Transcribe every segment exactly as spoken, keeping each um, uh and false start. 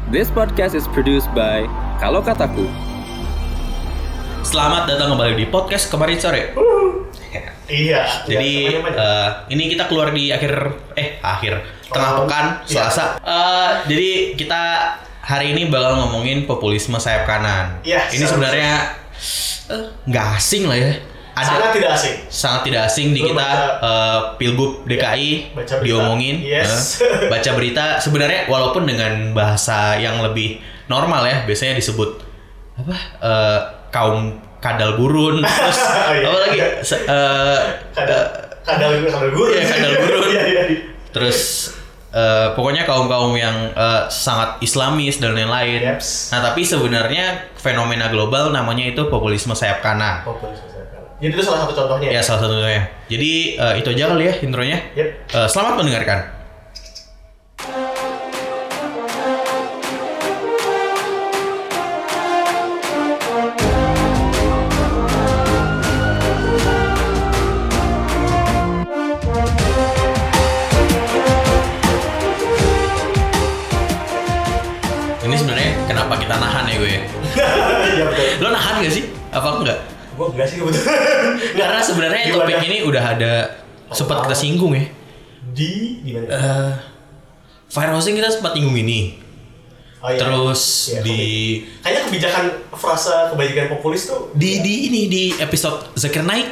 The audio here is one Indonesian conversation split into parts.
This podcast is produced by Kalau Kataku. Selamat datang kembali di podcast kemarin sore. Iya. Jadi iya, uh, ini kita keluar di akhir eh akhir tengah Oh, pekan Selasa. iya. Uh, jadi kita hari ini bakal ngomongin populisme sayap kanan. Iya, Ini sebenarnya nggak uh, asing lah ya. Ada, sangat tidak asing. Sangat tidak asing di Lu kita baca, uh, Pilgub D K I baca berita. diomongin. Yes. Uh, baca berita sebenarnya walaupun dengan bahasa yang lebih normal ya, biasanya disebut apa? Uh, kaum kadal gurun, terus Oh, iya. apa lagi? Se- uh, Kadal, kadal, kadal gurun. Iya, kadal gurun. Iya, iya. Terus uh, pokoknya kaum-kaum yang uh, sangat Islamis dan lain-lain. Yeps. Nah, tapi sebenarnya fenomena global namanya itu populisme sayap kanan. Populisme sayap kanan. Jadi itu salah satu contohnya. Ya, salah satunya. Jadi uh, itu aja kali ya intronya. Yep. Uh, selamat mendengarkan. Ini sebenarnya kenapa kita nahan ya gue? Iya betul. Lo nahan gak sih? Apa enggak? Gue enggak sih kebetulan. Karena sebenarnya Gimana? topik ini udah ada sempat kita singgung ya. Di di mana? Uh, fire hosting kita sempat nyinggung ini. Oh, iya. Terus Iya, di oke. Kayaknya kebijakan frasa kebajikan populis tuh di di ini di episode Zakir Naik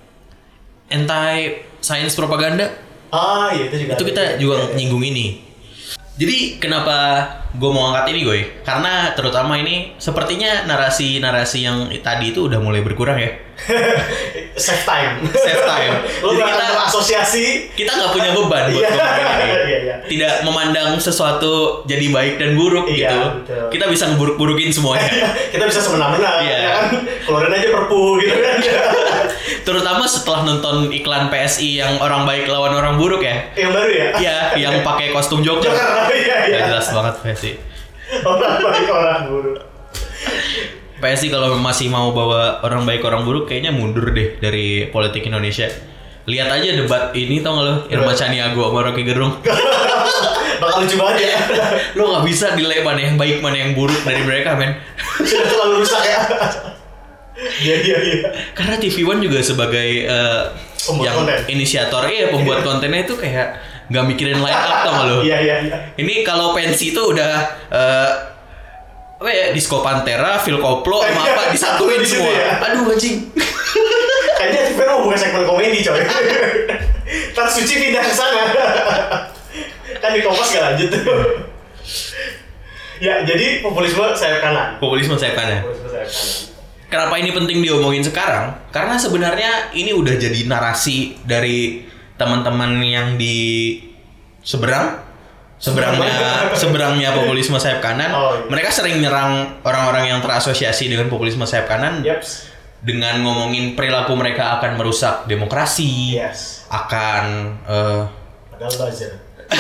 anti science propaganda Ah, iya itu juga. itu ada. kita Iya, juga iya. nyinggung ini. Jadi kenapa gue mau angkat ini gue? Karena terutama ini sepertinya narasi-narasi yang tadi itu udah mulai berkurang ya. Save time. Save time. Lo Jadi bakal kita- terasosiasi. Kita nggak punya beban buat Iya. ngomongin ini. Iya, iya. Tidak memandang sesuatu jadi baik dan buruk Iya, gitu. betul. Kita bisa ngeburuk-burukin semuanya. Kita bisa semena-mena, Iya. ya kan? Keluarin aja perpu gitu kan. Terutama setelah nonton iklan P S I yang orang baik lawan orang buruk ya. Yang baru ya? Iya, yang pakai kostum Joker. Joker, iya, iya. Ya, jelas banget P S I. Orang baik, orang buruk. P S I kalau masih mau bawa orang baik orang buruk kayaknya mundur deh dari politik Indonesia. Lihat aja debat ini tau gak lo? Irma Caniago sama Rocky Gerung. Bakal lucu banget ya. Lo gak bisa nilai mana yang baik mana yang buruk dari mereka men. Sudah terlalu rusak ya. Iya, iya, iya. Karena T V One juga sebagai eh, Pembuat yang konten. inisiator ya pembuat kontennya itu kayak nggak mikirin line up tau gak lo? Iya, iya, iya. Ini kalau pensi itu udah eh, apa ya Disco Pantera, Phil Koplo sama apa disatuin Di situ semua. ya? Aduh anjing. Kayaknya T V mau bukan segmen komedi coy. Ntar Suci pindah ke sana. Kan di Kompas gak lanjut tuh. Ya, jadi populisme sayap kanan. Populisme sayap kanan. Populisme sayap kanan. Kenapa ini penting diomongin sekarang? Karena sebenarnya ini udah jadi narasi dari teman-teman yang di seberang seberangnya seberangnya populisme sayap kanan. Oh, iya. Mereka sering nyerang orang-orang yang terasosiasi dengan populisme sayap kanan Yaps. dengan ngomongin perilaku mereka akan merusak demokrasi, Yes. akan eh, Padahal buzzer.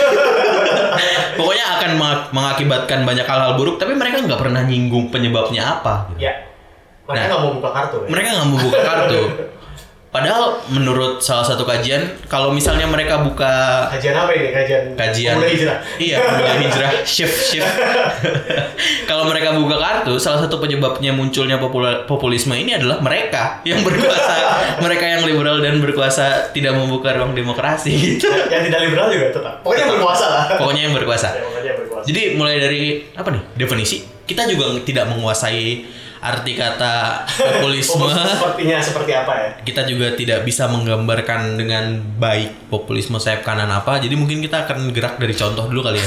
pokoknya akan meng- mengakibatkan banyak hal-hal buruk. Tapi mereka nggak pernah nyinggung penyebabnya apa. Gitu. Ya. Mereka Nah. nggak mau buka kartu ya. Mereka nggak mau buka kartu. Padahal menurut salah satu kajian, kalau misalnya mereka buka Kajian apa ini? Kajian kajian Pemuda Hijrah. Iya, pemuda hijrah, shift shift. Kalau mereka buka kartu, salah satu penyebabnya munculnya popula- populisme ini adalah mereka yang berkuasa, mereka yang liberal dan berkuasa tidak membuka ruang demokrasi gitu. Yang tidak liberal juga tetap. Pokoknya yang berkuasa lah. Pokoknya yang berkuasa. Ya, pokoknya yang berkuasa. Jadi mulai dari apa nih? Definisi. Kita juga tidak menguasai arti kata populisme. Populisme sepertinya seperti apa ya? Kita juga tidak bisa menggambarkan dengan baik populisme sayap kanan apa. Jadi mungkin kita akan gerak dari contoh dulu kali ya.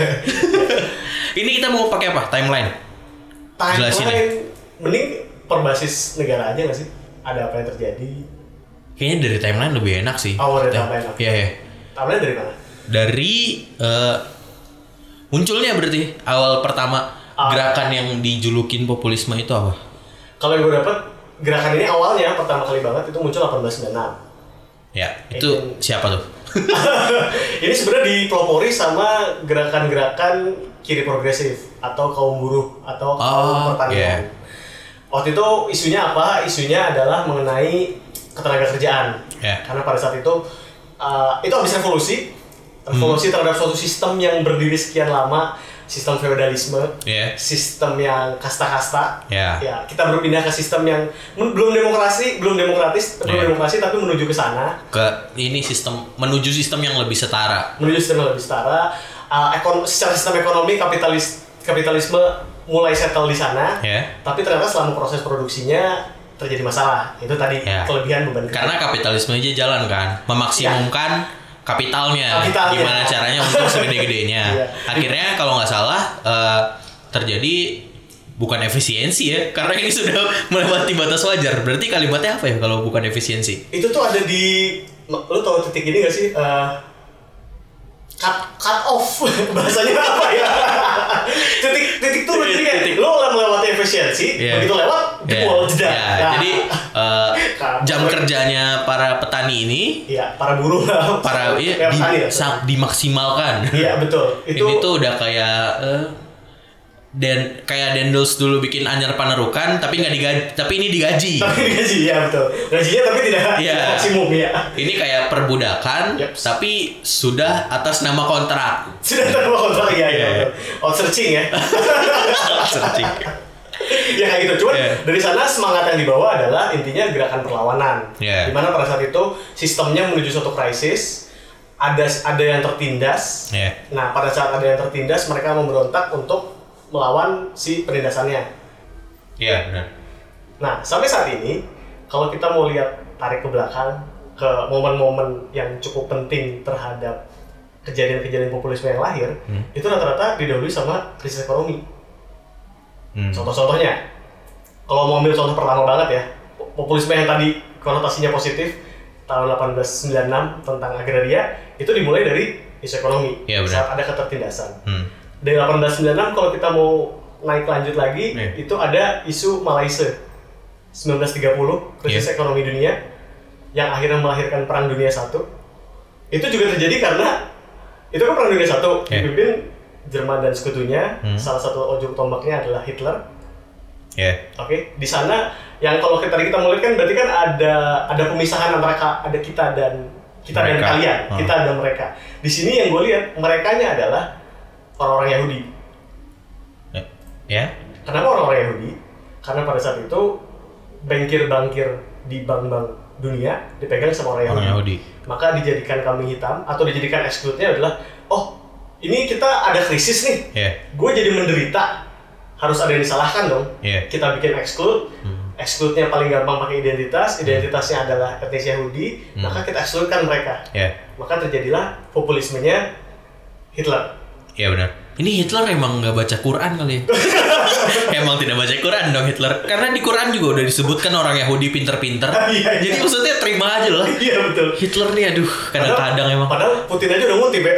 Ini kita mau pakai apa? Timeline. Jelasin ya. Timeline mending berbasis negara aja nggak sih? Ada apa yang terjadi? Kayaknya dari timeline lebih enak sih. Oh, dari Tem- timeline, oke. Iya, iya. Timeline dari mana? Dari eh, munculnya berarti awal pertama Ah. gerakan yang dijulukin populisme itu apa? Kalau yang gue dapat gerakan ini awalnya pertama kali banget itu muncul delapan belas sembilan puluh enam. Ya, itu Itu- siapa tuh? Ini sebenarnya dipelopori sama gerakan-gerakan kiri progresif atau kaum buruh atau kaum Oh, pertanian. yeah. Waktu itu isunya apa? Isunya adalah mengenai ketenaga kerjaan. Yeah. Karena pada saat itu uh, itu habis revolusi, revolusi hmm. terhadap suatu sistem yang berdiri sekian lama sistem feodalisme, Yeah. sistem yang kasta-kasta. Yeah. Ya, kita berpindah ke sistem yang men- belum demokrasi, belum demokratis, belum Yeah. demokrasi tapi menuju ke sana, Ke ini sistem menuju sistem yang lebih setara. menuju sistem yang lebih setara. Uh, ekon- secara sistem ekonomi kapitalis kapitalisme mulai settle di sana. Ya. Tapi ternyata selama proses produksinya terjadi masalah. Itu tadi Ya. kelebihan beban kerja. Karena kapitalisme aja jalan kan, memaksimumkan kapitalnya. Kapitalnya. Gimana caranya untuk segede-gedenya. Iya. Akhirnya kalau nggak salah eh, terjadi bukan efisiensi ya, karena ini sudah melewati batas wajar. Berarti kalimatnya apa ya kalau bukan efisiensi? Itu tuh ada di, lu tau titik ini gak sih? Uh, cut cut off bahasanya apa ya? titik titik tuh jadi kayak Titik. lu melewati efisiensi, Yeah. begitu lewat jebol Ya, jeda. ya, Nah, jadi eh, jam Kamu- kerjanya para petani ini, Iya, para buruh lah. para iya, Ya, di- petani ya. sa- dimaksimalkan. Iya betul. Itu Ini tuh udah kayak eh, dan kayak Dendels dulu bikin Anyar Panerukan, tapi nggak digaji, tapi ini digaji. tapi digaji ya betul. Gajinya tapi tidak Iya. maksimum ya. Ini kayak perbudakan, Yep. tapi sudah atas nama kontrak. Sudah terima kontrak ya, ya. Iya. betul. Outsourcing ya. Searching. Ya kayak gitu. Cuman Yeah. dari sana semangat yang dibawa adalah intinya gerakan perlawanan. Yeah. Dimana pada saat itu sistemnya menuju suatu krisis, ada ada yang tertindas. Ya, Nah pada saat ada yang tertindas mereka memberontak untuk melawan si penindasannya. iya benar. Nah sampai saat ini kalau kita mau lihat tarik ke belakang ke momen-momen yang cukup penting terhadap kejadian-kejadian populisme yang lahir, Hmm. itu rata-rata didahului sama krisis ekonomi. Hmm. Contoh-contohnya, kalau mau ambil contoh pertama banget ya, populisme yang tadi konotasinya positif tahun delapan belas sembilan puluh enam tentang agraria itu dimulai dari isu ekonomi Iya, benar. saat ada ketertindasan. Hmm. Dari delapan belas sembilan puluh enam kalau kita mau naik lanjut lagi, Iya. itu ada isu Malaysia sembilan belas tiga puluh krisis Iya. ekonomi dunia yang akhirnya melahirkan Perang Dunia Satu. Itu juga terjadi karena itu kan Perang Dunia Satu Iya. dipimpin Jerman dan sekutunya. Hmm. Salah satu ojok tombaknya adalah Hitler. Ya, Oke, di sana yang kalau kita tadi kita melihat kan berarti kan ada ada pemisahan antara ka- ada kita dan kita dan Mereka. kalian, Hmm. kita dan mereka. Di sini yang gue lihat merekanya adalah orang-orang Yahudi. ya, Kenapa orang-orang Yahudi? Karena pada saat itu bankir-bankir di bank-bank dunia dipegang sama orang Yahudi. orang Yahudi. Maka dijadikan kambing hitam atau dijadikan exclude-nya adalah, oh ini kita ada krisis nih, Ya, gue jadi menderita, harus ada yang disalahkan dong. ya. Kita bikin exclude, Hmm. exclude-nya paling gampang pakai identitas, identitasnya adalah etnis Yahudi, Hmm. maka kita exclude-kan mereka. Ya, Maka terjadilah populismenya Hitler. ya benar. Ini Hitler emang nggak baca Quran kali ya? Emang tidak baca Quran dong Hitler. Karena di Quran juga udah disebutkan orang Yahudi pinter-pinter. Iya, iya. Jadi maksudnya terima aja lah. Iya betul. Hitler nih aduh kadang-kadang emang. Padahal Putin aja udah ngutip ya.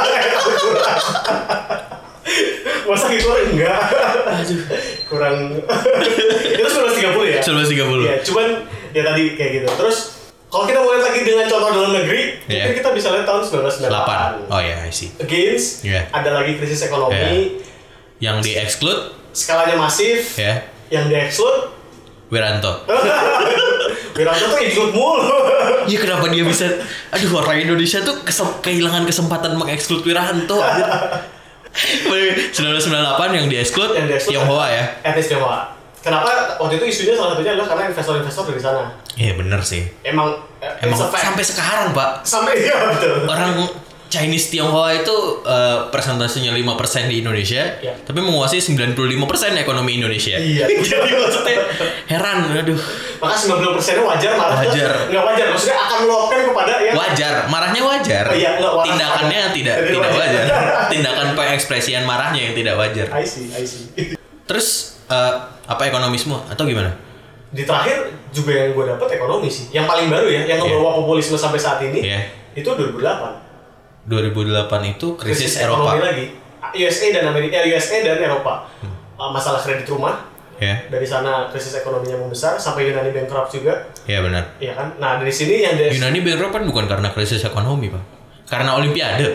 Masa Hitler enggak? Aduh. Kurang. Itu sembilan belas tiga puluh ya? seribu sembilan ratus tiga puluh. Iya, cuman ya tadi kayak gitu. Terus kalau kita mau lihat lagi dengan contoh dalam negeri, Iya. mungkin kita bisa lihat tahun sembilan belas sembilan puluh delapan. delapan. Oh ya, I see. Against, Iya. ada lagi krisis ekonomi, Yang di-exclude skalanya masif, ya, yang di-exclude, Wiranto. Wiranto tuh include mulu. Iya kenapa dia bisa? Aduh orang Indonesia tuh kesem- kehilangan kesempatan mengeksklud Wiranto. anjir. seribu sembilan ratus sembilan puluh delapan yang di-exclude Yang di-exclude Tionghoa ya. Etnis Tionghoa. Kenapa waktu itu isunya salah satunya adalah karena investor-investor dari sana. Iya bener sih. Emang, eh, Emang it's a fact. sampai sekarang pak sampai iya betul. orang Chinese Tionghoa itu eh, persentasenya lima persen di Indonesia, Iya. tapi menguasai sembilan puluh lima persen ekonomi Indonesia. Iya. Jadi maksudnya heran, aduh. Maka sembilan puluh persennya wajar malah. Wajar. Enggak wajar, maksudnya akan meluapkan kepada yang Wajar, marahnya wajar. Oh, iya, nggak, waras Tindakannya wajar. tidak Jadi tidak wajar. wajar. Tindakan pengekspresian marahnya yang tidak wajar. I see, I see. Terus eh, apa ekonomi semua atau gimana? Di terakhir juga yang gue dapat ekonomi sih. Yang paling baru ya, yang Iya. membawa populisme sampai saat ini, Iya. itu dua ribu delapan. dua ribu delapan itu krisis, Eropa. ekonomi lagi. U S A dan Amerika, eh, U S A dan Eropa. Hmm. Uh, masalah kredit rumah. Ya, Dari sana krisis ekonominya membesar sampai Yunani bankrupt juga, ya benar. iya kan? Nah, dari sini yang des- Yunani bankrupt kan bukan karena krisis ekonomi, Pak. Karena Olimpiade.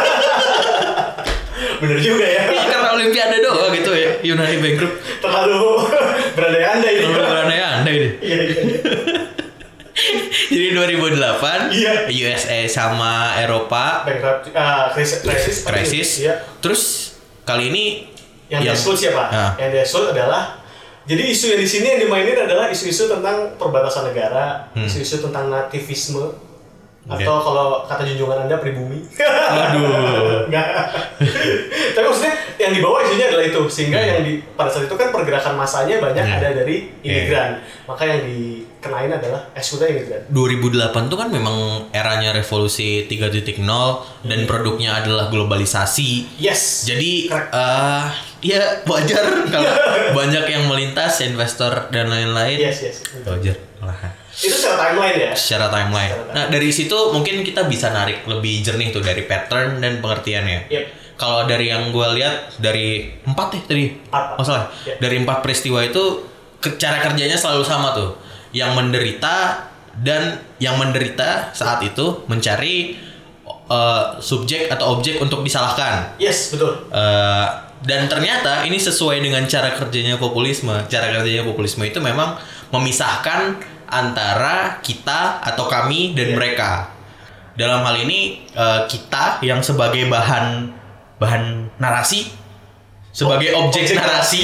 bener juga ya. Iya, karena Olimpiade doang gitu ya. Yunani bankrupt. Terlalu berandai-andai ini. Terlalu berandai-andai deh. Iya, iya, iya. Jadi dua ribu delapan Iya. U S A sama Eropa Bankrupt, uh, krisis, krisis, krisis. Iya. Terus kali ini yang, yang di-exclude siapa? Nah. Yang di-exclude adalah, jadi isu yang di sini yang dimainin adalah isu-isu tentang perbatasan negara, hmm. isu-isu tentang nativisme, okay. atau kalau kata junjungan Anda pribumi. Aduh. Enggak. Tapi maksudnya yang dibawa isunya adalah itu, sehingga hmm. yang di pada saat itu kan pergerakan massanya banyak hmm. ada dari imigran, yeah. maka yang dikenain adalah eksekutif imigran. dua ribu delapan tuh kan memang eranya revolusi tiga titik nol hmm. dan produknya adalah globalisasi. Yes. Jadi uh, ya wajar kalau banyak yang melintas, investor dan lain-lain. Yes, yes. Wajar. Itu secara timeline ya? Secara timeline. Secara nah dari situ mungkin kita bisa narik lebih jernih tuh dari pattern dan pengertiannya. Yep. Kalau dari yang gue lihat dari empat ya tadi, empat. masalah Yep. dari empat peristiwa itu ke, cara kerjanya selalu sama tuh. Yang menderita dan yang menderita saat itu mencari uh, subjek atau objek untuk disalahkan. Yes, betul. Uh, dan ternyata ini sesuai dengan cara kerjanya populisme. Cara kerjanya populisme itu memang memisahkan antara kita atau kami dan yeah. mereka. Dalam hal ini uh, kita yang sebagai bahan bahan narasi, sebagai oh, objek, objek narasi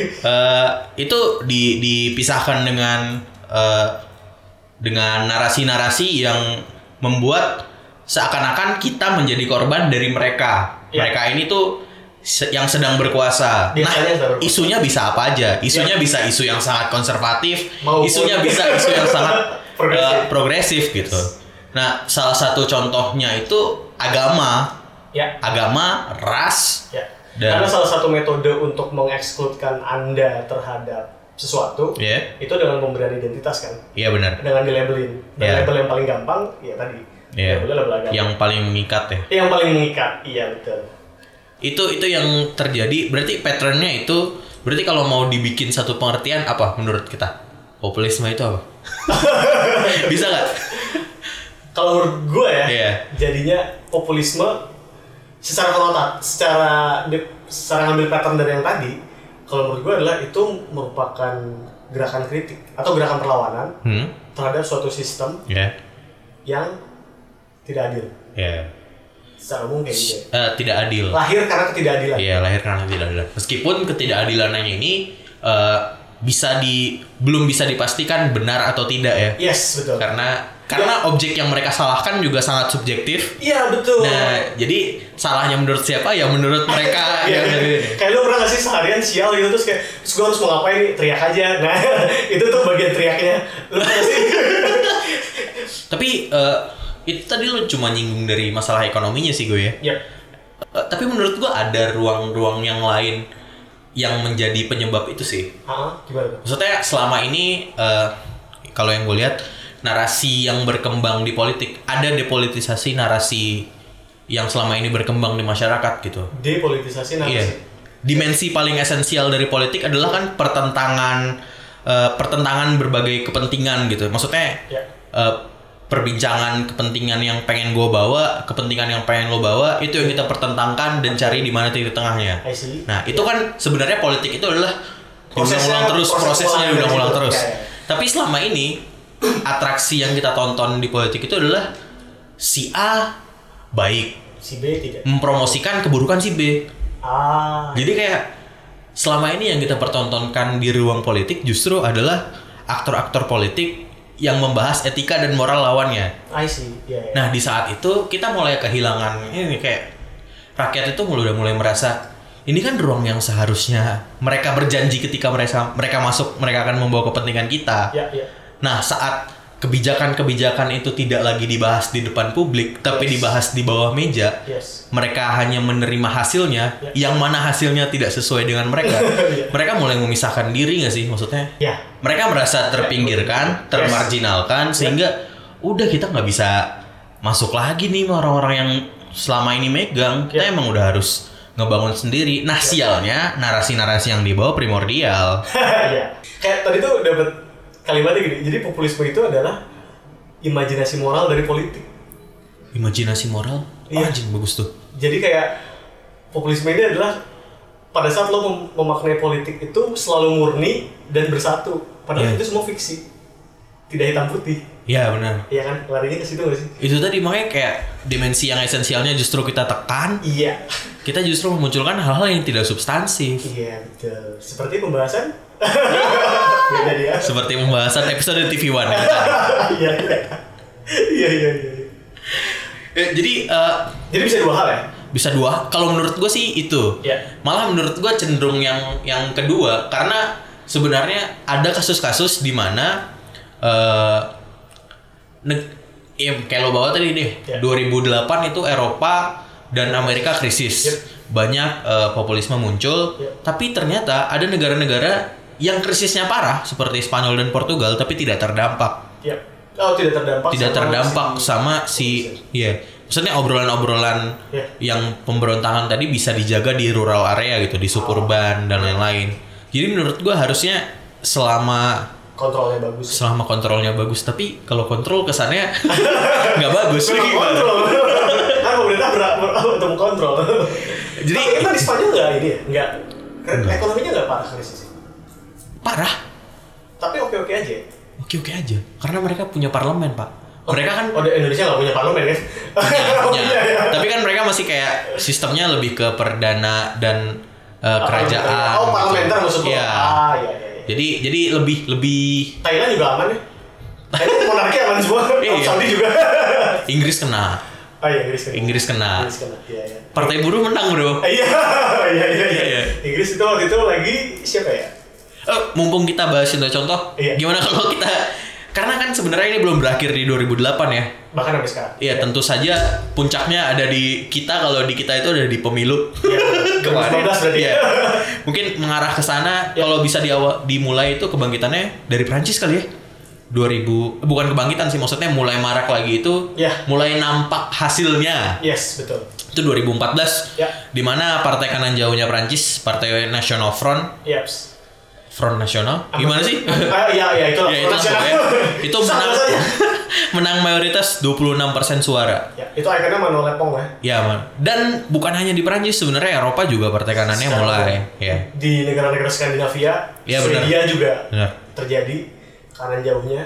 uh, itu di, dipisahkan dengan uh, dengan narasi-narasi yang membuat seakan-akan kita menjadi korban dari mereka. Yeah. Mereka ini tuh yang sedang berkuasa. Nah, berkuasa. Isunya bisa apa aja? Isunya ya. Bisa isu yang sangat konservatif, maupun isunya bisa isu yang sangat progresif. Uh, progresif gitu. Nah, salah satu contohnya itu agama, ya. Agama, ras. Ya. Dan karena salah satu metode untuk mengekskludkan Anda terhadap sesuatu, yeah. itu dengan pemberian identitas kan? Iya benar. Dengan dilabelin. Dan yeah. label yang paling gampang, ya tadi. Yeah. Label agama. Yang paling mengikat ya. Yang paling mengikat, iya betul. Itu itu yang terjadi. Berarti patternnya itu, berarti kalau mau dibikin satu pengertian apa menurut kita? Populisme itu apa? Bisa nggak? Kalau menurut gue ya, yeah. jadinya populisme secara konotat, secara secara ngambil pattern dari yang tadi, kalau menurut gue adalah itu merupakan gerakan kritik atau gerakan perlawanan hmm? terhadap suatu sistem yeah. yang tidak adil. Yeah. Secara umum kayak gitu. Uh, tidak adil. Lahir karena ketidakadilan. Iya, lahir karena ketidakadilan. Meskipun ketidakadilannya ini uh, bisa di belum bisa dipastikan benar atau tidak ya. Yes, betul. Karena karena ya. Objek yang mereka salahkan juga sangat subjektif. Iya, betul. Nah, jadi salahnya menurut siapa ya menurut mereka. ya, ya, ya. Kayak lu pernah nggak sih seharian sial gitu terus kayak terus gue harus mau ngapain nih, teriak aja. Nah, itu tuh bagian teriaknya. Lu pernah sih? Tapi uh, itu tadi lu cuma nyinggung dari masalah ekonominya sih gue ya. Yep. Uh, tapi menurut gue ada ruang-ruang yang lain yang menjadi penyebab itu sih. Ah, gimana? Maksudnya selama ini uh, kalau yang gue lihat narasi yang berkembang di politik, ada depolitisasi narasi yang selama ini berkembang di masyarakat gitu. Depolitisasi narasi. Iya. Dimensi paling esensial dari politik adalah kan pertentangan uh, pertentangan berbagai kepentingan gitu. Maksudnya yeah. uh, perbincangan kepentingan yang pengen gue bawa, kepentingan yang pengen lo bawa, itu yang kita pertentangkan dan cari di mana titik tengahnya. Nah, itu yeah. kan sebenarnya politik itu adalah diulang-ulang terus, proses prosesnya diulang-ulang terus. Ya, ya. Tapi selama ini atraksi yang kita tonton di politik itu adalah si A baik, si B tidak, mempromosikan keburukan si B. Ah. Jadi kayak selama ini yang kita pertontonkan di ruang politik justru adalah aktor-aktor politik yang membahas etika dan moral lawannya. I see. Yeah, yeah. Nah, di saat itu kita mulai kehilangan ini kayak rakyat itu mulai udah mulai merasa ini kan ruang yang seharusnya mereka berjanji ketika mereka mereka masuk mereka akan membawa kepentingan kita. Yeah, yeah. Nah, saat kebijakan-kebijakan itu tidak lagi dibahas di depan publik, tapi yes. dibahas di bawah meja, yes. mereka hanya menerima hasilnya, yeah. yang mana hasilnya tidak sesuai dengan mereka. yeah. Mereka mulai memisahkan diri nggak sih maksudnya? Yeah. Mereka merasa terpinggirkan, yeah. termarginalkan, yes. sehingga yeah. udah kita nggak bisa masuk lagi nih orang-orang yang selama ini megang. Kita yeah. emang udah harus ngebangun sendiri. Nah, sialnya narasi-narasi yang dibawa primordial. yeah. Kayak tadi tuh dapat kalimatnya gini, jadi populisme itu adalah imajinasi moral dari politik. Imajinasi moral? Iya. Oh, anjing, bagus tuh. Jadi kayak populisme ini adalah pada saat lo mem- memaknai politik itu selalu murni dan bersatu. Padahal yeah. itu semua fiksi. Tidak hitam putih. Iya, Iya benar. Iya kan, larinya ke situ nggak sih? Itu tadi makanya kayak dimensi yang esensialnya justru kita tekan. Iya. Kita justru memunculkan hal-hal yang tidak substansif. Iya betul. Seperti pembahasan. Beda dia. Seperti pembahasan episode T V One. Iya iya. Iya iya iya. Eh, jadi uh, Jadi bisa dua hal ya? bisa dua. Kalau menurut gue sih itu. Iya. Malah menurut gue cenderung yang yang kedua karena sebenarnya ada kasus-kasus di mana uh, neg- ya, kayak lo bawa tadi deh. Ya. dua ribu delapan itu Eropa dan Amerika krisis. Yep. Banyak uh, populisme muncul, Yep. tapi ternyata ada negara-negara yang krisisnya parah seperti Spanyol dan Portugal tapi tidak terdampak. Iya. Oh tidak terdampak. Tidak sama terdampak si- sama si iya. Maksudnya obrolan-obrolan Ya. yang pemberontakan tadi bisa dijaga di rural area gitu, di suburban dan lain-lain. Jadi menurut gua harusnya selama Kontrolnya bagus. selama kontrolnya bagus, tapi kalau kontrol kesannya nggak bagus. Kurang kontrol. Kan pemerintah berat untuk kontrol. Jadi Tapi emang di Spanyol nggak ini ya? Nggak. Ekonominya nggak parah krisis. parah. Tapi oke-oke aja. Oke-oke aja. Karena mereka punya parlemen, Pak. Mereka kan Oh, di Indonesia nggak punya parlemen kan? punya, punya. Iya, iya. Tapi kan mereka masih kayak sistemnya lebih ke perdana dan uh, kerajaan. Oh, parlementer maksud lo? Iya. Ah, iya, iya. iya. Jadi jadi lebih lebih Thailand juga aman ya? Thailand monarki aman semua. Iya. Saudi juga. Inggris kena. Oh iya, Inggris kena. Inggris kena. Inggris kena. Iya, iya. Partai buruh menang, Bro. Ah, Iya, iya, iya, iya. Iya. Inggris itu waktu itu lagi siapa ya? Eh, mumpung kita bahas contoh-contoh, Iya. gimana kalau kita karena kan sebenarnya ini belum berakhir di dua ribu delapan ya. Bahkan sampai sekarang. Iya, tentu saja puncaknya ada di kita. Kalau di kita itu ada di pemilu Iya, dua ribu sembilan belas berarti. Iya. Mungkin mengarah ke sana. Iya. Kalau bisa diawal dimulai itu kebangkitannya dari Prancis kali ya. dua ribu bukan kebangkitan sih, maksudnya mulai marak lagi itu. Iya. Mulai nampak hasilnya. Yes, betul. Itu dua ribu empat belas. Ya. Di mana partai kanan jauhnya Prancis, Partai National Front, Yaps. Front Nasional. Gimana sih? Ah, iya, iya, itu lah. Ya, itu Nasional. pokoknya. Itu Susah menang bahasanya. menang mayoritas dua puluh enam persen suara. Ya, itu ikonnya Manuel Lepong ya. Ya, man. Dan bukan hanya di Prancis, sebenarnya Eropa juga partai kanannya Sekarang mulai, ya. Di negara-negara Skandinavia, Iya, benar. Swedia juga Benar. terjadi kanan jauhnya.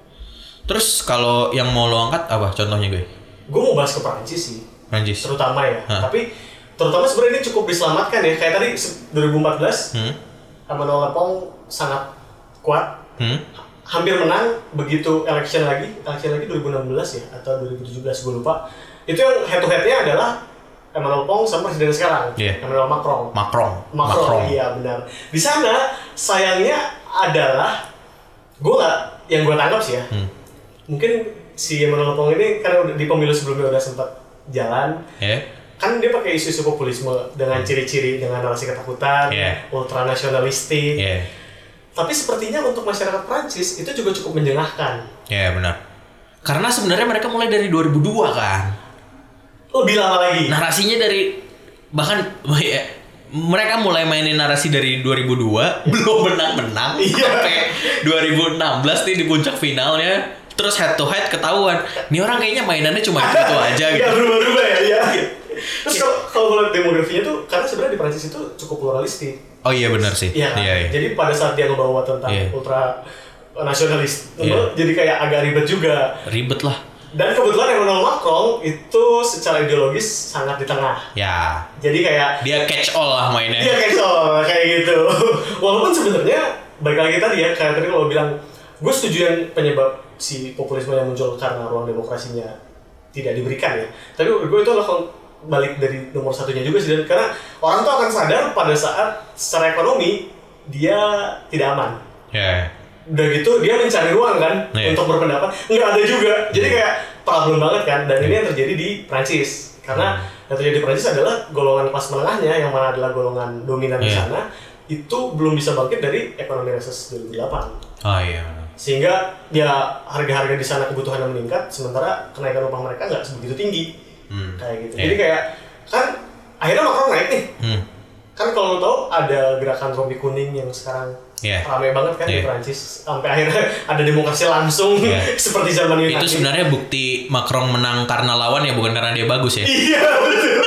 Terus kalau yang mau lo angkat apa contohnya gue? Gue mau bahas ke Prancis sih, Prancis. terutama ya. Hah? Tapi terutama sebenarnya ini cukup diselamatkan ya. Kayak tadi se- dua ribu empat belas, Hmm? Emmanuel Lepong sangat kuat, Hmm? hampir menang. Begitu election lagi, election lagi dua ribu enam belas ya atau dua ribu tujuh belas gue lupa. Itu yang head to headnya adalah Emmanuel Lepong sama presiden sekarang, Iya. Emmanuel Macron. Macron. Macron, iya benar. Di sana sayangnya adalah gue nggak, yang gue tangkap sih ya. Hmm. Mungkin si Emmanuel Lepong ini kan udah di pemilu sebelumnya udah sempat jalan. Ya. Kan dia pakai isu-isu populisme dengan ciri-ciri dengan narasi ketakutan, Yeah. ultranasionalistik. Ya. Tapi sepertinya untuk masyarakat Prancis itu juga cukup menjengahkan. Ya, benar. Karena sebenarnya mereka mulai dari dua ribu dua kan. Lebih lama lagi. Narasinya dari bahkan ya, mereka mulai mainin narasi dari dua ribu dua, belum menang-menang Iya. sampai dua ribu enam belas nih di puncak finalnya. Terus head to head ketahuan. Nih orang kayaknya mainannya cuma itu-itu aja gitu. Gak berubah-ubah ya. Iya. Terus kalau kalau gue lihat demografinya tuh, karena sebenarnya di Prancis itu cukup pluralistik. Oh iya benar sih. Iya. Iya, iya. Jadi pada saat dia ngebawa tentang Iya. ultra nasionalis, Iya. jadi kayak agak ribet juga. Ribet lah. Dan kebetulan Emmanuel Macron itu secara ideologis sangat di tengah. Ya. Jadi kayak Dia catch all lah mainnya. dia kayak so, kayak gitu. Walaupun sebenarnya balik lagi tadi ya, kayak tadi kalau bilang, gue setuju yang penyebab si populisme yang muncul karena ruang demokrasinya tidak diberikan ya. Tapi menurut gue itu adalah balik dari nomor satunya juga sih, karena orang tuh akan sadar pada saat secara ekonomi dia tidak aman. Ya. Udah gitu dia mencari ruang kan Iya. untuk berpendapat, nggak ada juga. Jadi Iya. kayak problem banget kan. Dan ini yang terjadi di Prancis, karena yang terjadi di Prancis adalah golongan kelas menengahnya yang mana adalah golongan dominan di Iya. sana itu belum bisa bangkit dari ekonomi resesi dua ribu delapan. Oh iya. Sehingga ya harga-harga di sana kebutuhannya meningkat, sementara kenaikan upah mereka nggak sebegitu tinggi. Hmm. Kayak gitu. Iya. Jadi kayak kan akhirnya Macron naik nih. Hmm. Kan kalau lo tau ada gerakan rompi kuning yang sekarang Iya. ramai banget kan di Iya. Prancis, sampai akhirnya ada demokrasi langsung Iya. seperti zaman Yunani. Itu sebenarnya bukti Macron menang karena lawan ya, bukan karena dia bagus ya. Iya betul.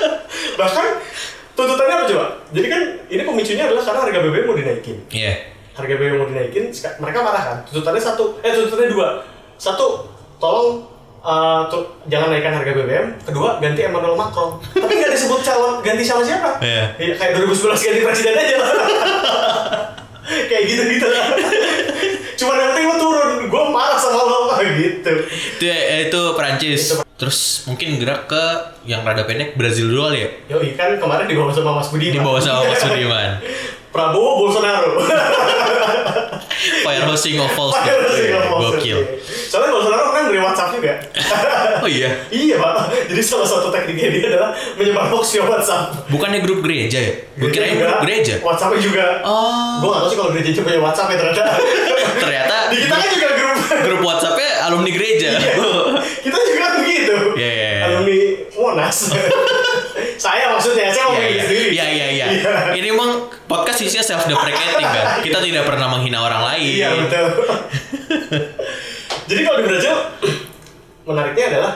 Bahkan tuntutannya apa coba? Jadi kan ini pemicunya adalah karena harga B B M mau dinaikin. Iya. Harga B B M mau dinaikin, seka- mereka marah kan. Tuntutannya satu, eh tuntutannya dua. satu, tolong uh, tuh, jangan naikkan harga B B M. Kedua, ganti Emmanuel Macron. Tapi nggak disebut calon ganti sama siapa? Iya. Ya, kayak dua ribu sebelas ganti presiden aja lah. Kayak gitu-gitu lah. Cuma yang penting lo turun, gue marah sama lo gitu. Itu itu Perancis. Terus mungkin gerak ke yang rada pendek Brazil dulu kali ya. Yoi, kan kemarin dibawa sama Mas Budiman. Dibawa sama Mas Budiman. Prabowo Bolsonaro. Fire hosting of false. Fire hosting of false. Gokil. Soalnya Bolsonaro kan dari WhatsApp juga. Oh iya. Iya Pak. Jadi salah satu tekniknya dia adalah menyebar hoax via WhatsApp. Bukannya grup gereja ya? Gue kira grup gereja. WhatsApp juga. Oh. Gue nggak tahu sih kalau gereja punya WhatsApp ya ternyata. Ternyata di kita kan juga grup. Grup WhatsAppnya alumni gereja. Iya. Kita juga kan begitu. Iya, iya, iya. Alumni Monas. Saya maksudnya, saya ngomongin Iya, sendiri. iya, iya, iya. Ini emang podcast isinya self deprecating kan. Kita tidak pernah menghina orang lain. Iya betul. Jadi kalau di Brazil menariknya adalah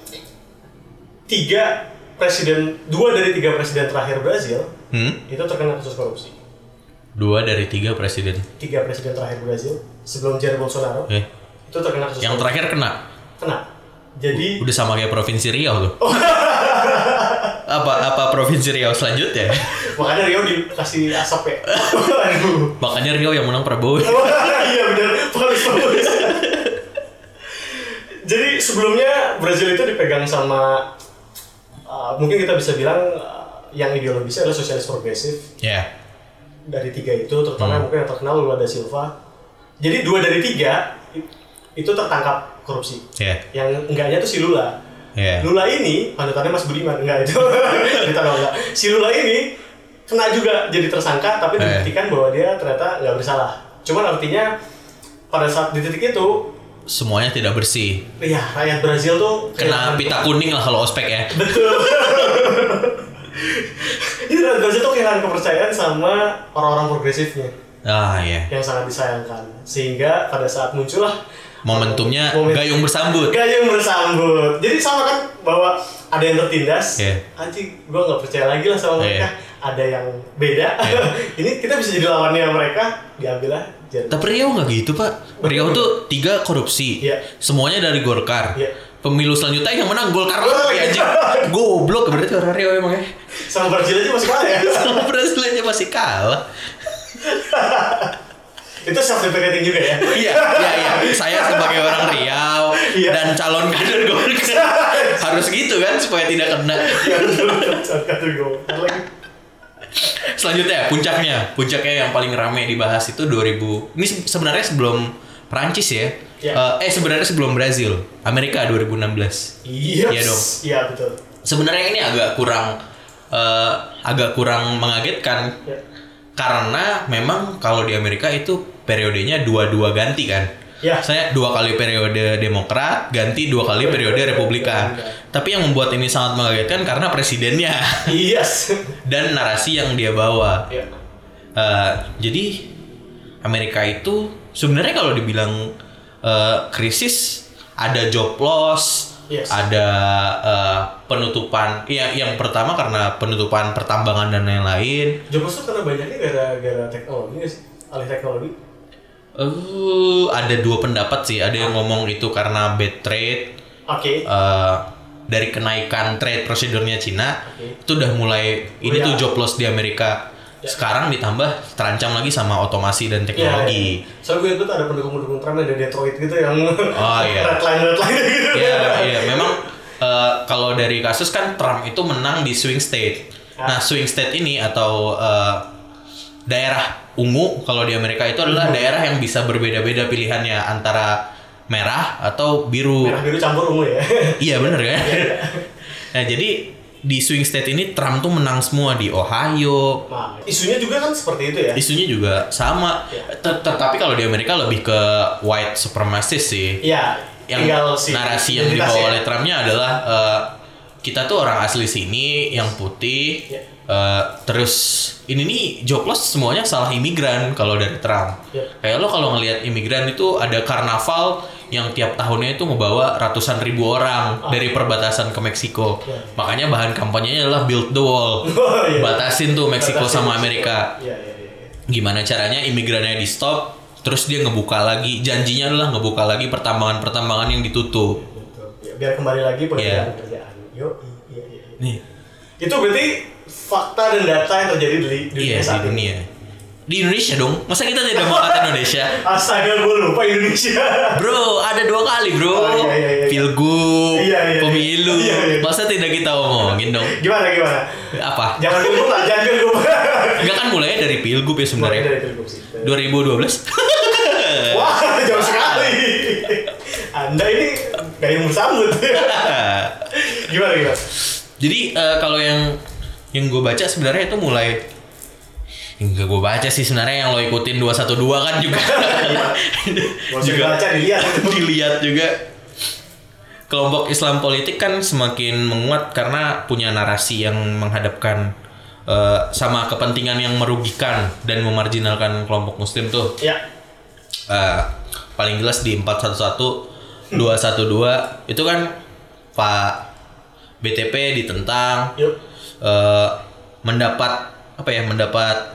tiga presiden, dua dari tiga presiden terakhir Brazil Hmm? itu terkena kasus korupsi. Dua dari tiga presiden. Tiga presiden terakhir Brazil sebelum Jair Bolsonaro Eh. itu terkena kasus Yang korupsi. terakhir kena. Kena. Jadi Udah sama kayak provinsi Riau tuh. apa apa provinsi Riau selanjutnya? makanya Rio dikasih asap ya. Aduh. Makanya Riau yang menang Prabowo. Iya benar, bagus-bagus. Jadi sebelumnya Brazil itu dipegang sama uh, mungkin kita bisa bilang uh, yang ideologisnya adalah sosialis progresif. Ya. Yeah. Dari tiga itu terutama Hmm. mungkin yang terkenal Lula da Silva. Jadi dua dari tiga itu tertangkap korupsi. Ya. Yang enggaknya tuh si Lula. Ya. Lula ini panutannya Mas Budiman, enggak itu. Kita tahu enggak. Si Lula ini kena juga jadi tersangka tapi Eh. dibuktikan bahwa dia ternyata nggak bersalah. Cuman artinya pada saat di titik itu Semuanya tidak bersih. ya rakyat Brazil tuh Kena kehilangan- pita kuning lah kalau ospek ya. Betul. Jadi rakyat Brazil tuh kehilangan kepercayaan sama orang-orang progresifnya Ah iya. yang sangat disayangkan. Sehingga pada saat muncullah Momentumnya Momentum. gayung bersambut. Gayung bersambut. Jadi sama kan bahwa ada yang tertindas. Iya. Anjing, gue nggak percaya lagi lah sama mereka. Iya. Ada yang beda. Iya. Ini kita bisa jadi lawannya mereka. Diambil lah. Jadi. Tapi Riau nggak gitu pak. Riau tuh tiga korupsi. Iya. Semuanya dari Golkar. Iya. Pemilu selanjutnya yang menang Golkar Oh, lagi iya. anjing. Goblok berarti orang Riau emang ya. Sama Brazil aja masih kalah ya. Sama Brazil aja masih kalah. Itu self deprecating juga ya. Iya, iya, iya. Saya sebagai orang Riau Iya. dan calon kader Golkar harus gitu kan supaya tidak kena. Ya betul. Kata gue. Lagi. Selanjutnya puncaknya, puncaknya yang paling ramai dibahas itu dua ribu. Ini se- sebenarnya sebelum Perancis ya. Iya. Eh, eh sebenarnya sebelum Brazil, Amerika dua ribu enam belas. Iya. Iya dong. Iya betul. Sebenarnya ini agak kurang eh, agak kurang mengagetkan Ya. karena memang kalau di Amerika itu periodenya dua-dua ganti kan. Ya. Saya dua kali periode Demokrat, ganti dua kali periode Republikan. Tapi yang membuat ini sangat mengagetkan karena presidennya Yes. dan narasi yang dia bawa. Ya. Eh, jadi Amerika itu sebenarnya kalau dibilang eh, krisis ada job loss, Yes. ada eh, penutupan. Iya, yang pertama karena penutupan pertambangan dan lain-lain. Jobless tuh karena banyaknya gara-gara teknologi nggak sih? Alih teknologi. Eh, ada dua pendapat sih. Ada yang ngomong itu karena bad trade. Oke. eh, dari kenaikan trade prosedurnya Cina, Oke. itu udah mulai ini ya. tuh job loss di Amerika. Ya. Sekarang ditambah terancam lagi sama otomasi dan teknologi. Ya, ya. Soalnya gue ikut ada pendukung-pendukung Trump yang dari Detroit gitu yang Oh, iya. redline redline gitu. Iya, iya. Memang eh, kalau dari kasus kan Trump itu menang di swing state. Ah. Nah, swing state ini atau eh, daerah ungu kalau di Amerika itu adalah Ungu. daerah yang bisa berbeda-beda pilihannya antara merah atau biru. Merah biru campur ungu ya. Iya bener kan? Nah jadi di swing state ini Trump tuh menang semua di Ohio. Nah, isunya juga kan seperti itu ya. Isunya juga sama. Ya. Tet- Tetapi kalau di Amerika lebih ke white supremacist sih. Iya. Yang tinggal si narasi yang identitas dibawa ya. oleh Trumpnya adalah eh, kita tuh orang asli sini yang putih. Ya. Eh, terus ini nih jobless semuanya salah imigran kalau dari Trump. Ya. Kayak lo kalau ngelihat imigran itu ada karnaval yang tiap tahunnya itu ngebawa ratusan ribu orang Ah. dari perbatasan ke Meksiko. Ya. Makanya bahan kampanyenya adalah build the wall. Oh, iya. Batasin tuh Meksiko Batasin sama Meksiko. Amerika. Iya, iya, iya. Gimana caranya imigrannya di stop, Terus dia ngebuka lagi, janjinya adalah ngebuka lagi pertambangan-pertambangan yang ditutup. Ya, biar kembali lagi pekerjaan-pekerjaan. Yo, iya, iya, iya. Nih. Itu berarti fakta dan data yang terjadi di dunia Iya, saat di dunia. ini. Di Indonesia dong, masa kita tidak mau kata Indonesia? Astaga, gue lupa Indonesia. Bro, ada dua kali bro. Oh, iya, iya, iya. Pilgub, Iya, iya, pemilu. iya, iya. Masa tidak kita omongin dong? Gimana, gimana? Apa? Jangan pilgub lah, jangan pilgub. Enggak kan mulai dari Pilgub ya Mulai sebenarnya. dari pilgub sih. dua ribu dua belas. Wah, jauh sekali. Anda ini gayung bersambut. Gimana, gimana? Jadi uh, kalau yang yang gue baca sebenarnya itu mulai enggak gue baca sih sebenarnya, yang lo ikutin dua satu dua kan juga. juga baca, dilihat. Dilihat juga. Kelompok Islam politik kan semakin menguat karena punya narasi yang menghadapkan uh, sama kepentingan yang merugikan dan memarginalkan kelompok muslim tuh. Ya. Uh, paling jelas di empat satu satu, dua satu dua itu kan Pak B T P ditentang. Yuk. Uh, mendapat apa ya mendapat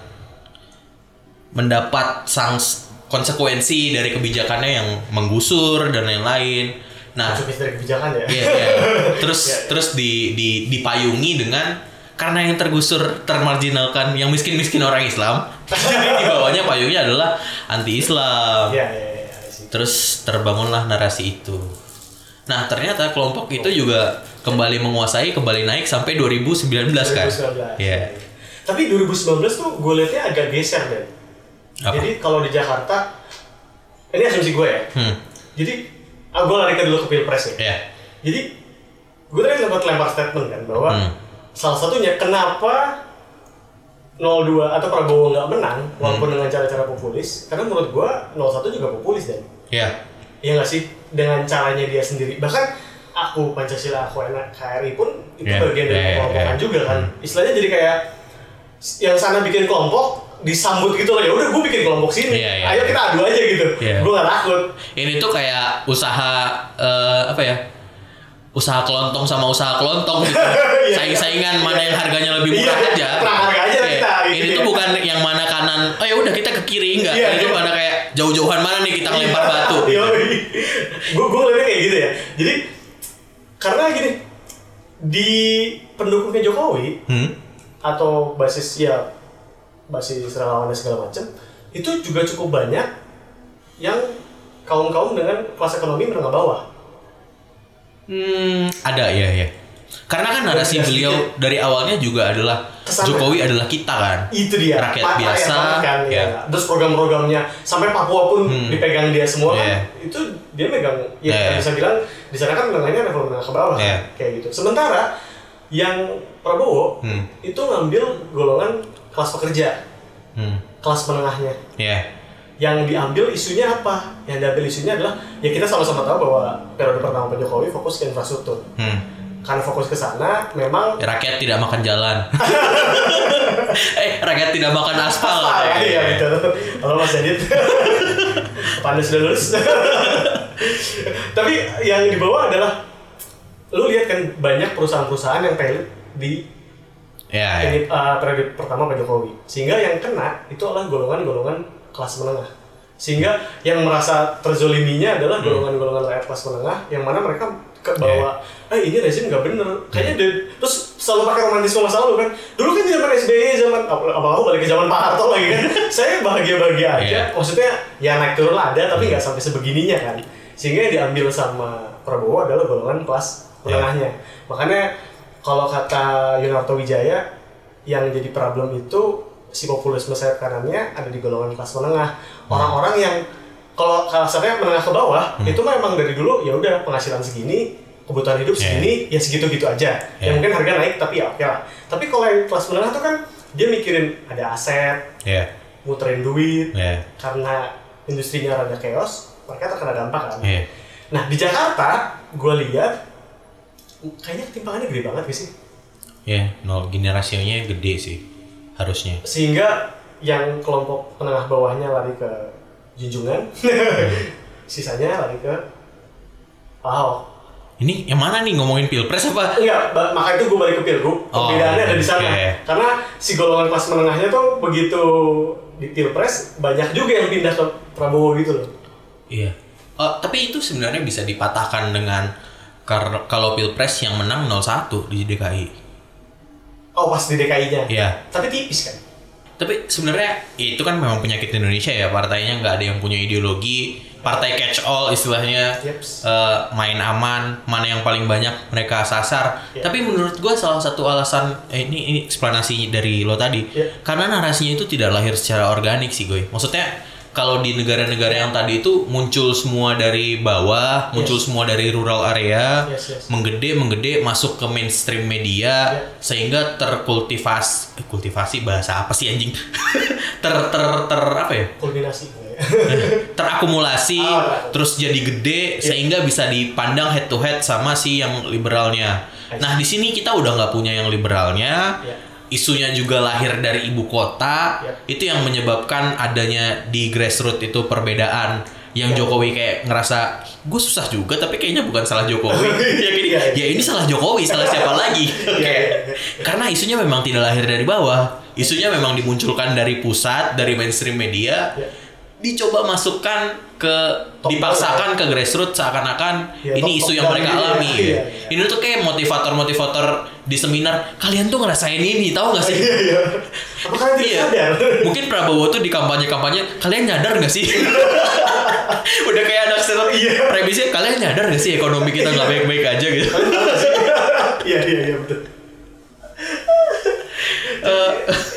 mendapat sangs konsekuensi dari kebijakannya yang menggusur dan lain-lain. Nah, Konsekuensi dari kebijakan ya. iya, iya. Terus Ya, ya. terus di, di dipayungi dengan karena yang tergusur termarginalkan yang miskin-miskin orang Islam. Jadi di bawahnya payungnya adalah anti-Islam. Iya, iya, iya. sih. Terus terbangunlah narasi itu. Nah, ternyata kelompok itu juga kembali menguasai, kembali naik sampai dua ribu sembilan belas kan. dua ribu sembilan belas. Iya. Tapi dua ribu sembilan belas tuh gue liatnya agak geser deh. Apa? Jadi kalau di Jakarta, ini asumsi gue ya. Hmm. Jadi, ah, gue lari ke dulu ke Pilpres ya. Iya. Jadi, gue tadi sempat lempar statement kan bahwa Hmm. salah satunya kenapa nol dua atau Prabowo nggak menang walaupun dengan cara-cara populis, karena menurut gue nol satu juga populis dan Iya. iya nggak sih, dengan caranya dia sendiri. Bahkan aku Pancasila, aku N K R I pun itu Yeah, bagian dari yeah, yeah, kelompokan yeah. juga kan. Hmm. Istilahnya jadi kayak yang sana bikin kelompok disambut gitu loh, ya udah gue bikin kelompok sini, Yeah, yeah, ayo kita adu aja gitu, Yeah. gue gak takut. Ini tuh kayak usaha eh, apa ya? Usaha kelontong sama usaha kelontong gitu. Iya. Saing-saingan mana yang harganya lebih murah Iya, aja. perang harga aja lah Iya. kita, gitu Ini ya. tuh bukan yang mana kanan. Oh ya udah kita ke kiri enggak. Iya, Ini tuh iya. mana kayak jauh-jauhan mana nih kita ngelempar batu. Iya, gue gue ngeliatnya kayak gitu ya. Jadi karena gini, di pendukungnya Jokowi Hmm? atau basis ya basis relawan dan segala macam itu juga cukup banyak yang kaum kaum dengan kelas ekonomi menengah bawah. Hmm, ada ya ya. Karena kan narasi Tidak beliau sedikit. dari awalnya juga adalah Kesana. Jokowi adalah kita kan. Itu dia Rakyat Pak- biasa, banget kan, ya. ya. Terus program-programnya sampai Papua pun Hmm. dipegang dia semua Yeah. kan. Itu dia megang ya Yeah. kita bisa bilang di sana kan menengahnya level menengah ke bawah kan, Yeah. kayak gitu. Sementara yang Prabowo Hmm. itu ngambil golongan kelas pekerja, Hmm. kelas menengahnya. Ya. Yang diambil isunya apa? Yang diambil isunya adalah ya kita sama-sama tahu bahwa periode pertama Pak Jokowi fokus ke infrastruktur. Hmm. Karena fokus ke sana memang Rakyat tidak makan jalan. eh, rakyat tidak makan aspal. Ah, ya, iya betul. Halo Mas Adit. Pandai sudah lulus. Tapi yang dibawa adalah lu lihat kan banyak perusahaan-perusahaan yang pilot di Ya, ya. ini uh, periode pertama Pak Jokowi. Sehingga yang kena itu adalah golongan-golongan kelas menengah. Sehingga yang merasa terzoliminya adalah golongan-golongan rakyat kelas menengah yang mana mereka ke bawah, eh ini rezim nggak bener. Kayaknya de- terus selalu pakai romantisme masa lalu kan. Dulu kan zaman S B Y, zaman apa-apa balik ke zaman Pak Harto lagi kan. Saya bahagia-bahagia aja. Yeah. Maksudnya ya naik turun lah ada, tapi nggak sampai sebegininya kan. Sehingga yang diambil sama Prabowo adalah golongan kelas menengahnya. Makanya kalau kata Yunarto Wijaya, yang jadi problem itu si populisme sayap kanannya ada di golongan kelas menengah. Orang-orang yang kalau kasarnya menengah ke bawah, Hmm. itu memang dari dulu ya udah penghasilan segini, kebutuhan hidup segini, ya segitu-gitu aja. Yeah. Ya mungkin harga naik tapi ya oke lah. Tapi kalau yang kelas menengah tuh kan dia mikirin ada aset, Ya. muterin duit, Ya. karena industrinya rada chaos, mereka terkena dampak kan. Ya. Nah di Jakarta, gue lihat kayaknya ketimpangannya gede banget gak sih? Ya, nol gini rasionya gede sih harusnya. Sehingga yang kelompok menengah bawahnya lari ke Junjungan, sisanya lari ke Ahok. Ini yang mana nih, ngomongin pilpres apa? Enggak, ba- maka itu gue balik ke Pilgub. Oh, Perbedaannya ada di sana. oke. Karena si golongan kelas menengahnya tuh begitu di Pilpres banyak juga yang pindah ke Prabowo gitu loh. Iya. Oh, tapi itu sebenarnya bisa dipatahkan dengan kar- kalau Pilpres yang menang nol satu di D K I. Oh, pas di D K I-nya. Iya. Tapi tipis kan. Tapi sebenarnya itu kan memang penyakit Indonesia ya, partainya nggak ada yang punya ideologi, partai catch all istilahnya, Yeps. uh, main aman, mana yang paling banyak mereka sasar. Yeah. Tapi menurut gue salah satu alasan eh, ini ini eksplanasi dari lo tadi, Yeah. karena narasinya itu tidak lahir secara organik sih gue. Maksudnya kalau di negara-negara yang tadi itu muncul semua dari bawah, muncul Yes. semua dari rural area, Yes, yes. menggede menggede masuk ke mainstream media, Yeah. sehingga terkultivasi, eh, kultivasi bahasa apa sih anjing? ter ter ter apa ya? Kulminasi. Terakumulasi, Oh, terus jadi gede, Yeah. sehingga bisa dipandang head to head sama si yang liberalnya. I see. Nah di sini kita udah nggak punya yang liberalnya. Yeah. Isunya juga lahir dari ibu kota, Yep. itu yang menyebabkan adanya di grassroots itu perbedaan. Yang Yep. Jokowi kayak ngerasa gue susah juga, tapi kayaknya bukan salah Jokowi. ya, gini, Iya, iya. ya ini salah Jokowi, salah siapa lagi? Iya, Kayak, iya. karena isunya memang tidak lahir dari bawah, isunya memang dimunculkan dari pusat, dari mainstream media, Iya. dicoba masukkan ke Top dipaksakan ke grassroots seakan-akan Iya, ini top- isu top yang down mereka gitu ya. alami. Iya, ya. iya. Ini tuh kayak motivator-motivator di seminar, kalian tuh ngerasain ini, tahu nggak sih? Iya, iya. Apa kalian tidak Iya. sadar? Mungkin Prabowo tuh di kampanye-kampanye, kalian nyadar nggak sih? Udah kayak anak sekolah. Iya. Premisnya, kalian nyadar nggak sih ekonomi kita nggak baik-baik aja gitu? Iya, iya, iya, betul. Eh,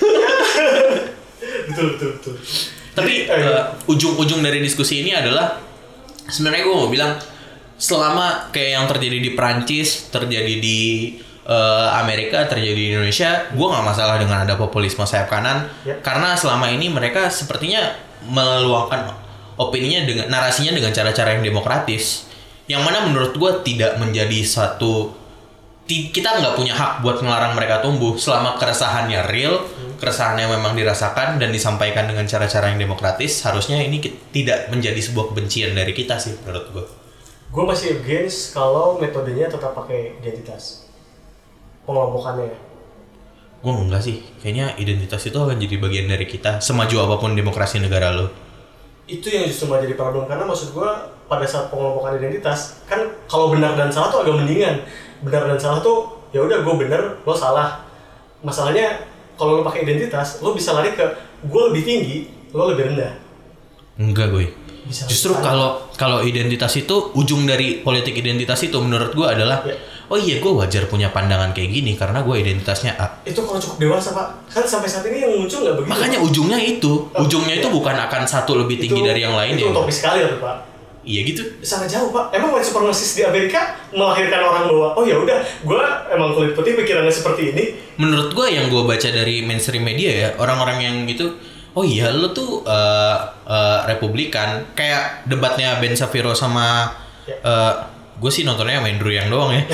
Betul, betul, betul. Tapi Jadi, eh, eh, ujung-ujung dari diskusi ini adalah sebenarnya gue mau bilang selama kayak yang terjadi di Perancis, terjadi di eh, Amerika, terjadi di Indonesia, gue nggak masalah dengan ada populisme sayap kanan, Yep. karena selama ini mereka sepertinya meluangkan opininya dengan narasinya dengan cara-cara yang demokratis, yang mana menurut gue tidak menjadi satu ti- kita nggak punya hak buat melarang mereka tumbuh selama keresahannya real, keresahannya memang dirasakan dan disampaikan dengan cara-cara yang demokratis. Harusnya ini ki- tidak menjadi sebuah kebencian dari kita sih menurut gue. Gue masih against kalau metodenya tetap pakai identitas pengelompokannya ya. Gue enggak sih, kayaknya identitas itu akan jadi bagian dari kita semaju apapun demokrasi negara lo. Itu yang justru malah jadi problem, karena maksud gue pada saat pengelompokan identitas kan kalau benar dan salah tuh agak mendingan. Benar dan salah tuh ya udah gue benar, lo salah. Masalahnya kalau lo pakai identitas, lo bisa lari ke gue lebih tinggi, lo lebih rendah. Enggak gue. Bisa Justru salah. kalau kalau identitas itu ujung dari politik identitas itu menurut gue adalah Ya. oh iya gue wajar punya pandangan kayak gini karena gue identitasnya A. Itu kalau cukup dewasa pak, kan sampai saat ini yang muncul nggak begitu. Makanya ujungnya itu, Oh, ujungnya itu iya. bukan akan satu lebih tinggi Itu- dari yang lain Itu ya. utopis sekali tuh pak. Iya gitu. Sangat jauh pak. Emang white supremacist di Amerika melahirkan orang bahwa oh ya udah, gue emang kulit putih pikirannya seperti ini. Menurut gue yang gue baca dari mainstream media ya, orang-orang yang itu, oh iya lo tuh uh, uh, Republikan, kayak debatnya Ben Shapiro sama Ya. uh, gue sih nontonnya sama Andrew yang doang ya.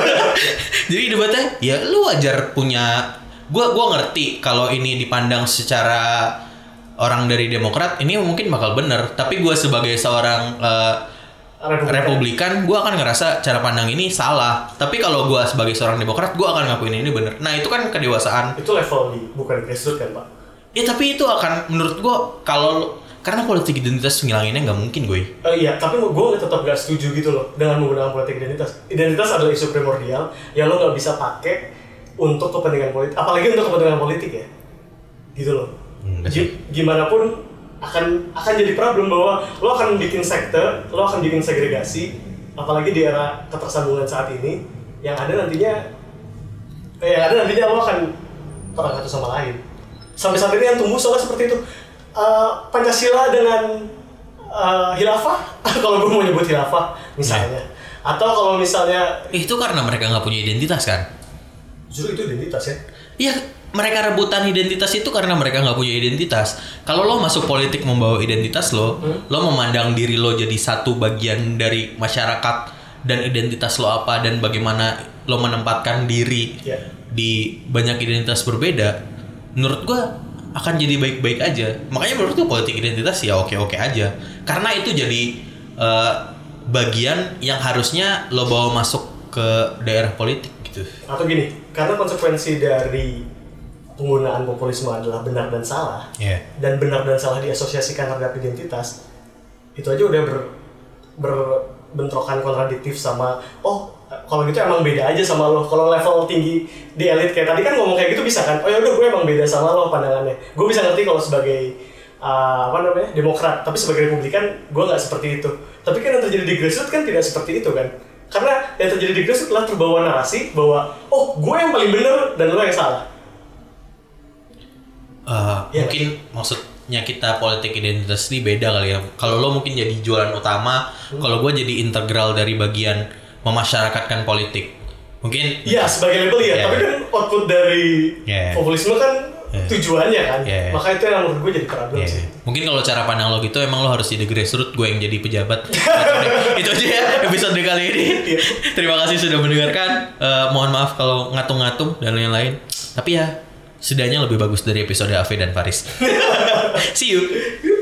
Jadi debatnya, ya lu wajar punya, gue gua ngerti kalau ini dipandang secara orang dari Demokrat ini mungkin bakal bener, tapi gue sebagai seorang uh, Republikan. Republikan, gue akan ngerasa cara pandang ini salah. Tapi kalau gue sebagai seorang Demokrat, gue akan ngakuin ini bener. Nah itu kan kedewasaan. Itu level di bukan di grassroots kan pak. Ya tapi itu akan menurut gue kalau karena politik identitas ngilanginnya nggak mungkin gue. Uh, iya, tapi gue tetap gak setuju gitu loh dengan menggunakan politik identitas. Identitas adalah isu primordial yang lo gak bisa pakai untuk kepentingan politik, apalagi untuk kepentingan politik ya, gitu loh. Enggak Gi- sih. Gimana pun akan akan jadi problem bahwa lo akan bikin sekte, lo akan bikin segregasi, apalagi di era ketersambungan saat ini, yang ada nantinya, eh, yang ada nantinya lo akan perang satu sama lain. Sampai saat ini yang tumbuh soalnya seperti itu. Uh, Pancasila dengan uh, khilafah, kalau gue mau nyebut khilafah misalnya, atau kalau misalnya Itu karena mereka nggak punya identitas kan? justru itu identitas ya. Iya, mereka rebutan identitas itu karena mereka nggak punya identitas. Kalau lo masuk politik membawa identitas lo, Hmm. lo memandang diri lo jadi satu bagian dari masyarakat dan identitas lo apa dan bagaimana lo menempatkan diri Ya. di banyak identitas berbeda. Menurut gua akan jadi baik-baik aja. Makanya menurut gua politik identitas ya oke-oke aja. Karena itu jadi eh, bagian yang harusnya lo bawa masuk ke daerah politik gitu. Atau gini, karena konsekuensi dari penggunaan populisme adalah benar dan salah, yeah. dan benar dan salah diasosiasikan terhadap identitas, itu aja udah ber, berbentrokan kontradiktif sama, oh kalau gitu emang beda aja sama lo. Kalau level tinggi di elit kayak tadi kan ngomong kayak gitu bisa kan, oh yaudah gue emang beda sama lo pandangannya. Gue bisa ngerti kalau sebagai uh, apa namanya Demokrat, tapi sebagai Republikan gue nggak seperti itu. Tapi kan yang terjadi di grassroots kan tidak seperti itu kan. Karena yang terjadi di grassroots adalah terbawa narasi bahwa oh gue yang paling benar dan lo yang salah. Uh, ya, mungkin kan? Maksudnya kita politik identitas ini beda kali ya. Kalau lo mungkin jadi jualan utama, hmm. kalau gue jadi integral dari bagian memasyarakatkan politik. Mungkin iya sebagai label ya, yeah. Tapi kan output dari yeah. populisme kan yeah. tujuannya kan, yeah. Maka itu yang menurut gue jadi problem yeah. sih. Mungkin kalau cara pandang lo gitu emang lo harus jadi grassroots, gue yang jadi pejabat. Itu aja ya episode kali ini. Yeah. Terima kasih sudah mendengarkan. Uh, mohon maaf kalau ngatung-ngatung dan lain-lain. Tapi ya setidaknya lebih bagus dari episode Ave dan Faris. See you.